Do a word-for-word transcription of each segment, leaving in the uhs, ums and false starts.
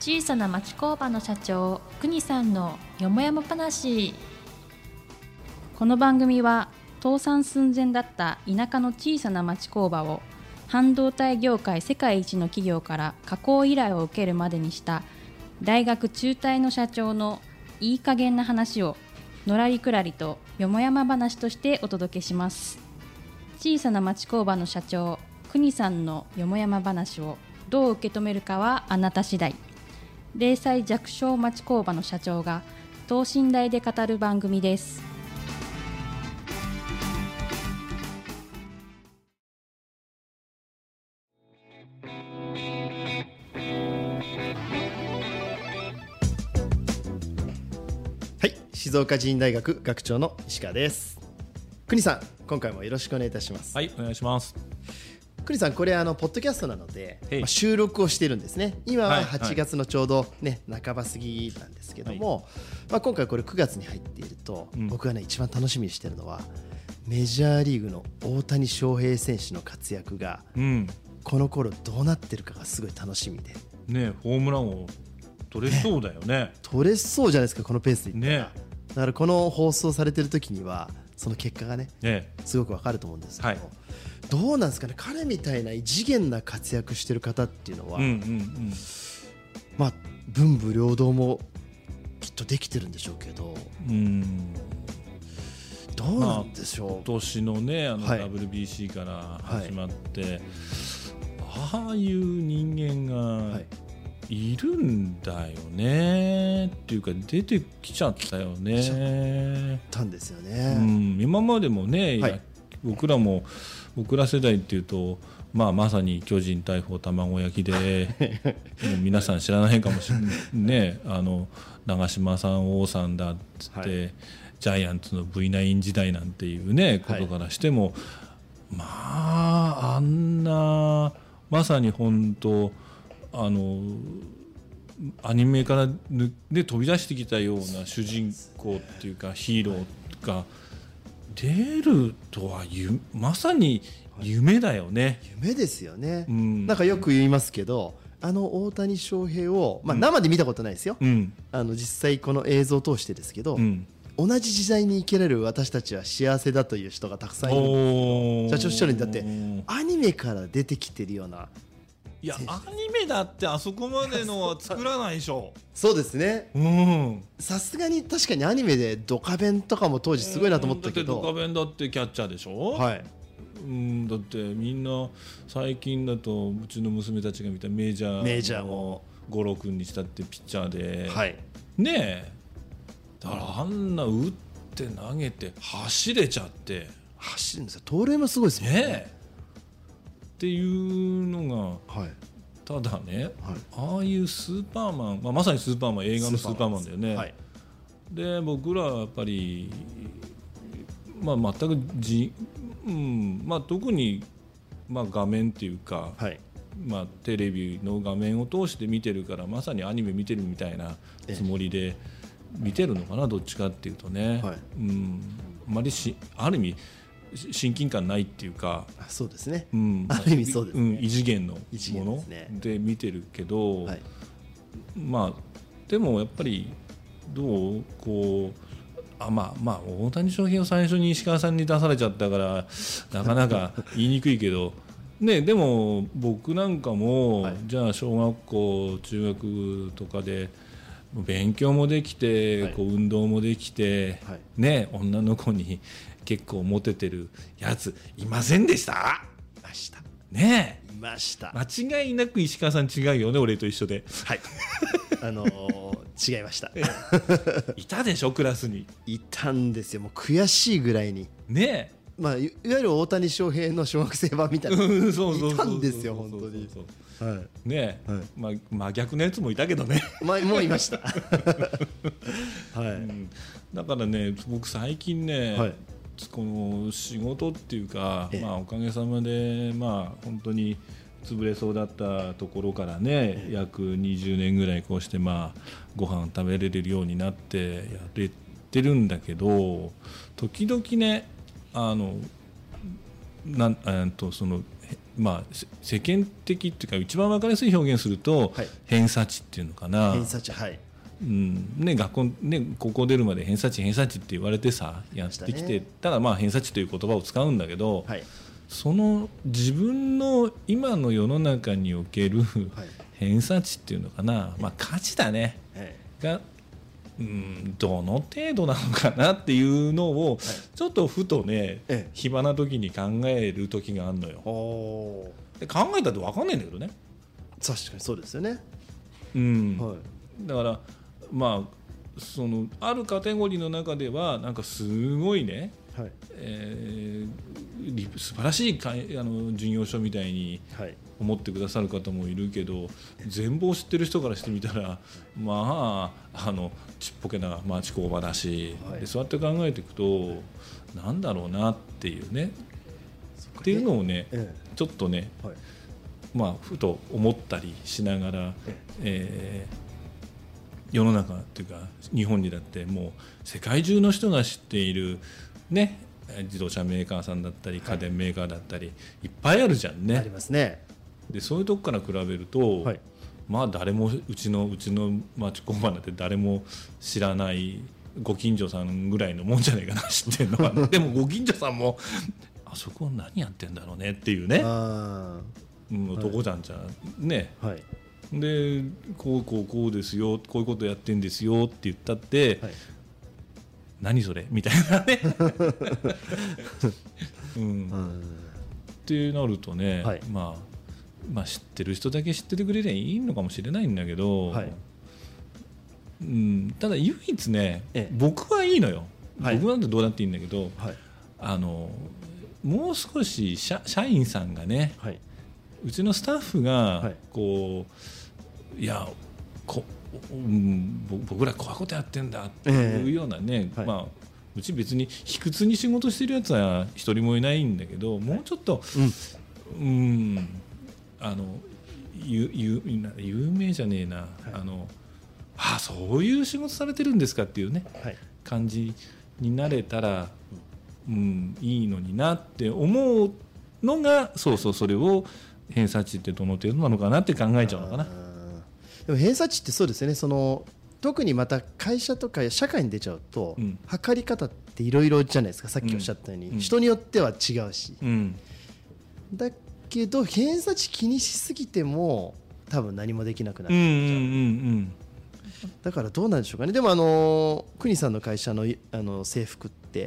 小さな町工場の社長国さんのよもやま話。この番組は倒産寸前だった田舎の小さな町工場を半導体業界世界一の企業から加工依頼を受けるまでにした大学中退の社長のいい加減な話をのらりくらりとよもやま話としてお届けします。小さな町工場の社長国さんのよもやま話をどう受け止めるかはあなた次第。零細弱小町工場の社長が等身大で語る番組です。 はい、静岡人大学学長の石川です。国さん、今回もよろしくお願いいたします。 はい、お願いします。 国さん、これあのポッドキャストなので、まあ、収録をしているんですね。今ははちがつのちょうど、ね、半ば過ぎなんですけども、はい、まあ、今回これくがつに入っていると、うん、僕がね一番楽しみにしているのはメジャーリーグの大谷翔平選手の活躍が、うん、この頃どうなってるかがすごい楽しみで、 ね、ホームランを取れそうだよね。ね、 取れそうじゃないですか、このペースでいったら、 ね、 だからこの放送されてる時にはその結果がね、 ね、 すごくわかると思うんですけど、はい、どうなんですかね、彼みたいな異次元な活躍してる方っていうのは、うんうんうん、まあ、文武両道もきっとできてるんでしょうけど、うん、どうなんでしょう、まあ、 今年のね、あの ダブリュービーシー から始まって、はいはい、ああいう人間がいるんだよねっていうか、出てきちゃったよね。 出ちゃったんですよね、 うん、今までもね、はい、僕らも僕ら世代っていうと、まあ、まさに巨人大砲卵焼きでもう皆さん知らないかもしれないね、あの長嶋さん王さんだっつって、はい、ジャイアンツの ブイナイン 時代なんていうねことからしても、はい、まああんなまさに本当あのアニメからで飛び出してきたような主人公っていうかヒーローが出るとはまさに夢だよね。 夢ですよね、うん、なんかよく言いますけど、あの大谷翔平を、まあ、生で見たことないですよ、うん、あの実際この映像を通してですけど、うん、同じ時代に生きられる私たちは幸せだという人がたくさんいるんですよ。社長一人にだってアニメから出てきてるような、 いやアニメだってあそこまでのは作らないでしょそうですね、さすがに確かにアニメでドカベンとかも当時すごいなと思ったけど、 だってドカベンだってキャッチャーでしょ、はい、うん、だってみんな最近だとうちの娘たちが見たメジャーメジャーも五郎君にしたってピッチャーで、 はい、 ねえ、だからあんな打って投げて走れちゃって走るんですよ、盗塁もすごいですもんね、ねっていうのが、はい、ただね、はい、ああいうスーパーマン、まあ、まさにスーパーマン、映画のスーパーマンだよね、はい、で僕らはやっぱり、まあ、全くじ、うんまあ、特に、まあ、画面っていうか、はい、まあ、テレビの画面を通して見てるから、まさにアニメ見てるみたいなつもりで見てるのかな、どっちかっていうとね、はい、うん、あまりしある意味親近感ないっていうか、 そうですね、 うん、 ある意味そうですね、 うん、異次元のもので見てるけど、はい、まあでもやっぱりどうこうあ、まあまあ大谷翔平を最初に石川さんに出されちゃったからなかなか言いにくいけどね、でも僕なんかも、はい、じゃあ小学校中学とかで勉強もできて、はい、こう運動もできて、はい、ね、女の子に結構モテてるやついませんでした？ いましたねえ、 いました。 間違いなく石川さん違うよね、俺と一緒で、 はいあのー、違いましたいたでしょ、クラスにいたんですよ。もう悔しいぐらいにねえ、 まあ、いわゆる大谷翔平の小学生版みたいなのいたんですよ、本当に。 ねえ、はい、まあ、真逆のやつもいたけどねまあ、もういました、 はい、うん、だからね、僕最近ね、はい、この仕事っていうか、まあ、おかげさまで、まあ、本当に潰れそうだったところからね、約にじゅうねんぐらいこうして、まあ、ご飯食べれるようになってやれてるんだけど、時々ね、あのなんとそのまあ、世間的っていうか一番分かりやすい表現すると、はい、偏差値っていうのかな。 偏差値、はいうんね、学校、ね、高校出るまで偏差値偏差値って言われてさやってきて、ね、ただまあ偏差値という言葉を使うんだけど、はい、その自分の今の世の中における偏差値っていうのかな、まあ、価値だね、はい、が、うん、どの程度なのかなっていうのをちょっとふとね、はい、暇な時に考える時があるのよ。で考えたって分かんないんだけどね。 確かにそうですよね、 うんはい、だからまあそのあるカテゴリーの中ではなんかすごいね、はいえー、素晴らしいかあの準用書みたいに思ってくださる方もいるけど、全貌を知ってる人からしてみたらまああのちっぽけな町工場だし、はい、でそうやって考えていくとなんだろうなっていうねっていうのをね、ええ、ちょっとね、はいまあ、ふと思ったりしながら、ええー世の中というか日本にだってもう世界中の人が知っている、ね、自動車メーカーさんだったり家電メーカーだったり、はい、いっぱいあるじゃんね。 ありますね。 でそういうとこから比べると、はい、まあ誰もうちのうちの町工場なんて誰も知らないご近所さんぐらいのもんじゃないかな知ってるのはでもご近所さんもあそこ何やってんだろうねっていうねあ、うん、とこじゃんじゃんね、はいでこうこうこうですよこういうことやってんですよって言ったって、はい、何それみたいなね、うん、ってなるとね、はいまあ、まあ知ってる人だけ知っててくれりゃいいのかもしれないんだけど、はいうん、ただ唯一ね、ええ、僕はいいのよ、はい、僕なんてどうだっていいんだけど、はい、あのもう少し社、社員さんがね、はいうちのスタッフがこう、いやこ、うん、僕らこういうことやってんだっていうようなね、えーはいまあ、うち別に卑屈に仕事してるやつは一人もいないんだけど、もうちょっと、うんうん、あのゆゆ有名じゃねえな、はい、あのあそういう仕事されてるんですかっていうね、はい、感じになれたら、うん、いいのになって思うのがそうそうそれを偏差値ってどの程度なのかなって考えちゃうのかな。 でも偏差値ってそうですよね。その特にまた会社とか社会に出ちゃうと、うん、測り方っていろいろじゃないですか。さっきおっしゃったように、うん、人によっては違うし、うん、だけど偏差値気にしすぎても多分何もできなくなっちゃう、うんうんうん、だからどうなんでしょうかね。でもあの国さんの会社のあの制服って、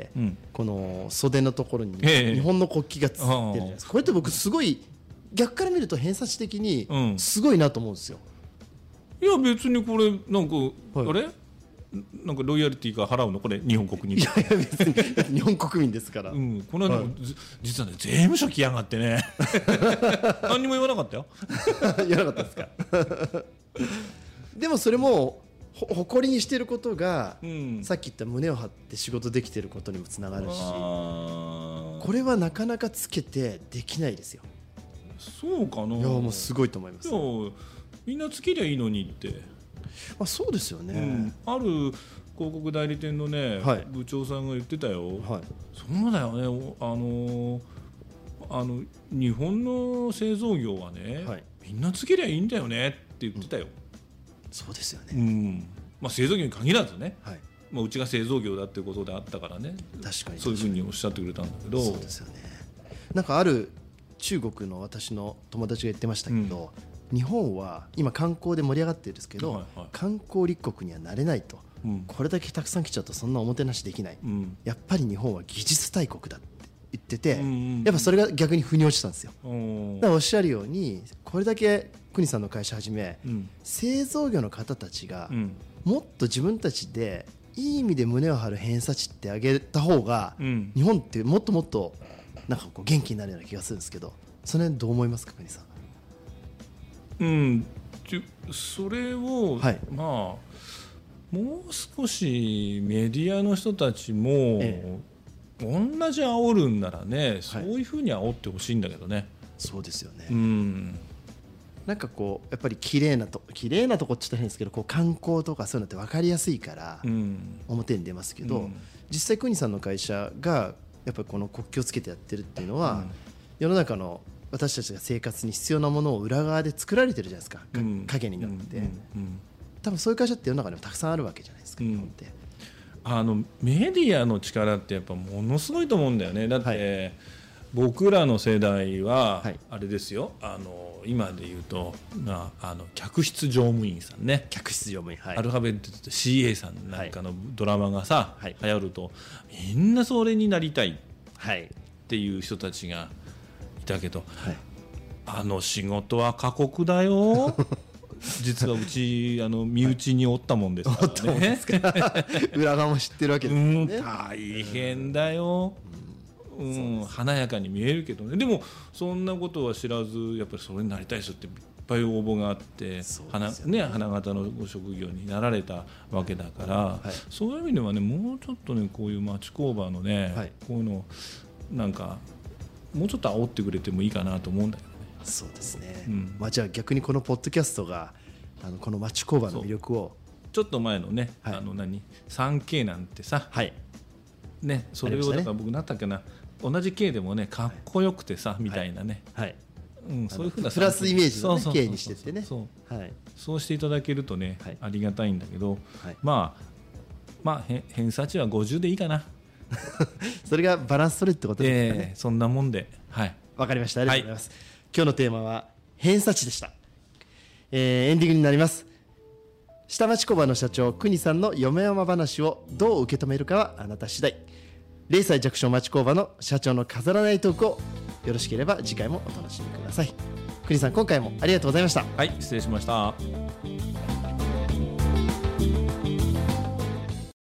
うん、この袖のところに日本の国旗がついてるじゃないですか。これって僕すごい逆から見ると偏差値的にすごいなと思うんですよ、 うん、いや別にこれなんか、はい、あれなんかロイヤリティが払うのこれ日本国民。 いやいや別に日本国民ですから、 うん、この間、はい、実はね税務署来やがってね何にも言わなかったよ言わなかったですかでもそれも誇りにしていることが、うん、さっき言った胸を張って仕事できていることにもつながるし、これはなかなかつけてできないですよ。 そうかな。 いやもうすごいと思います。 いやみんなつけりゃいいのにって、 まあ、そうですよね、うん、 ある広告代理店のね、はい、部長さんが言ってたよ、はい、そうだよねあのあの日本の製造業はね、はい、みんなつけりゃいいんだよねって言ってたよ、うん、 そうですよね、 うんまあ、製造業に限らずね、はいまあ、うちが製造業だっていうことであったからね、 確かにそういうふうにおっしゃってくれたんだけど、 そうですよね。なんかある中国の私の友達が言ってましたけど、うん、日本は今観光で盛り上がってるんですけど、はいはい、観光立国にはなれないと、うん、これだけたくさん来ちゃうとそんなおもてなしできない、うん、やっぱり日本は技術大国だって言ってて、うんうん、やっぱそれが逆に腑に落ちたんですよ、うん、だからおっしゃるようにこれだけ国さんの会社はじめ、うん、製造業の方たちがもっと自分たちでいい意味で胸を張る偏差値ってあげた方が、うん、日本ってもっともっとなんかこう元気になるような気がするんですけど、その辺どう思いますか国さん。 うん、それを、はい、まあもう少しメディアの人たちも、ええ、同じ煽るんならね、そういうふうに煽ってほしいんだけどね、はい、 そうですよね、 うん、 なんかこうやっぱり綺麗なと綺麗なとこって言ったら変ですけど、こう観光とかそういうのって分かりやすいから表に出ますけど、うん、実際国さんの会社がやっぱりこの国旗をつけてやってるっていうのは、うん、世の中の私たちが生活に必要なものを裏側で作られてるじゃないですか、うん、影になって、うんうんうん、多分そういう会社って世の中にもたくさんあるわけじゃないですか、うん、日本って。 あのメディアの力ってやっぱものすごいと思うんだよね。だって、はい、僕らの世代はあれですよ、はい、あの今で言うと、まあ、あの客室乗務員さんね、 客室乗務員、はい、 アルファベットで シーエー さんなんかのドラマがさ、はい、流行るとみんなそれになりたいっていう人たちがいたけど、はい、あの仕事は過酷だよ実はうちあの身内におったもんですからね裏側も知ってるわけですね。 うん、大変だよ、うんうん、華やかに見えるけどね。でもそんなことは知らずやっぱりそれになりたい人っていっぱい応募があって、花、ね、花形のご職業になられたわけだから、はい、そういう意味ではねもうちょっとねこういう町工場のね、はい、こういうのなんかもうちょっと煽ってくれてもいいかなと思うんだけどね。 そうですね、うん、まあ、じゃあ逆にこのポッドキャストがあのこの町工場の魅力をちょっと前のね、はい、あの何 スリーケー なんてさ、はいね、それをだから僕なんだっけな、同じ K でもねかっこよくてさ、はい、みたいなね、はい、うん、そういうふうなプラスイメージの、ね、K にしてってね、 そう、はい、そうしていただけるとね、はい、ありがたいんだけど、はい、まあまあ偏差値はごじゅうでいいかなそれがバランス取れってことですかね、 えー、そんなもんで、はい、 わかりました。ありがとうございます、はい、今日のテーマは偏差値でした。えー、エンディングになります。下町工場の社長国さんの嫁山話をどう受け止めるかはあなた次第。零細弱小町工場の社長の飾らないトークをよろしければ次回もお楽しみください。国さん、今回もありがとうございました。 はい、失礼しました。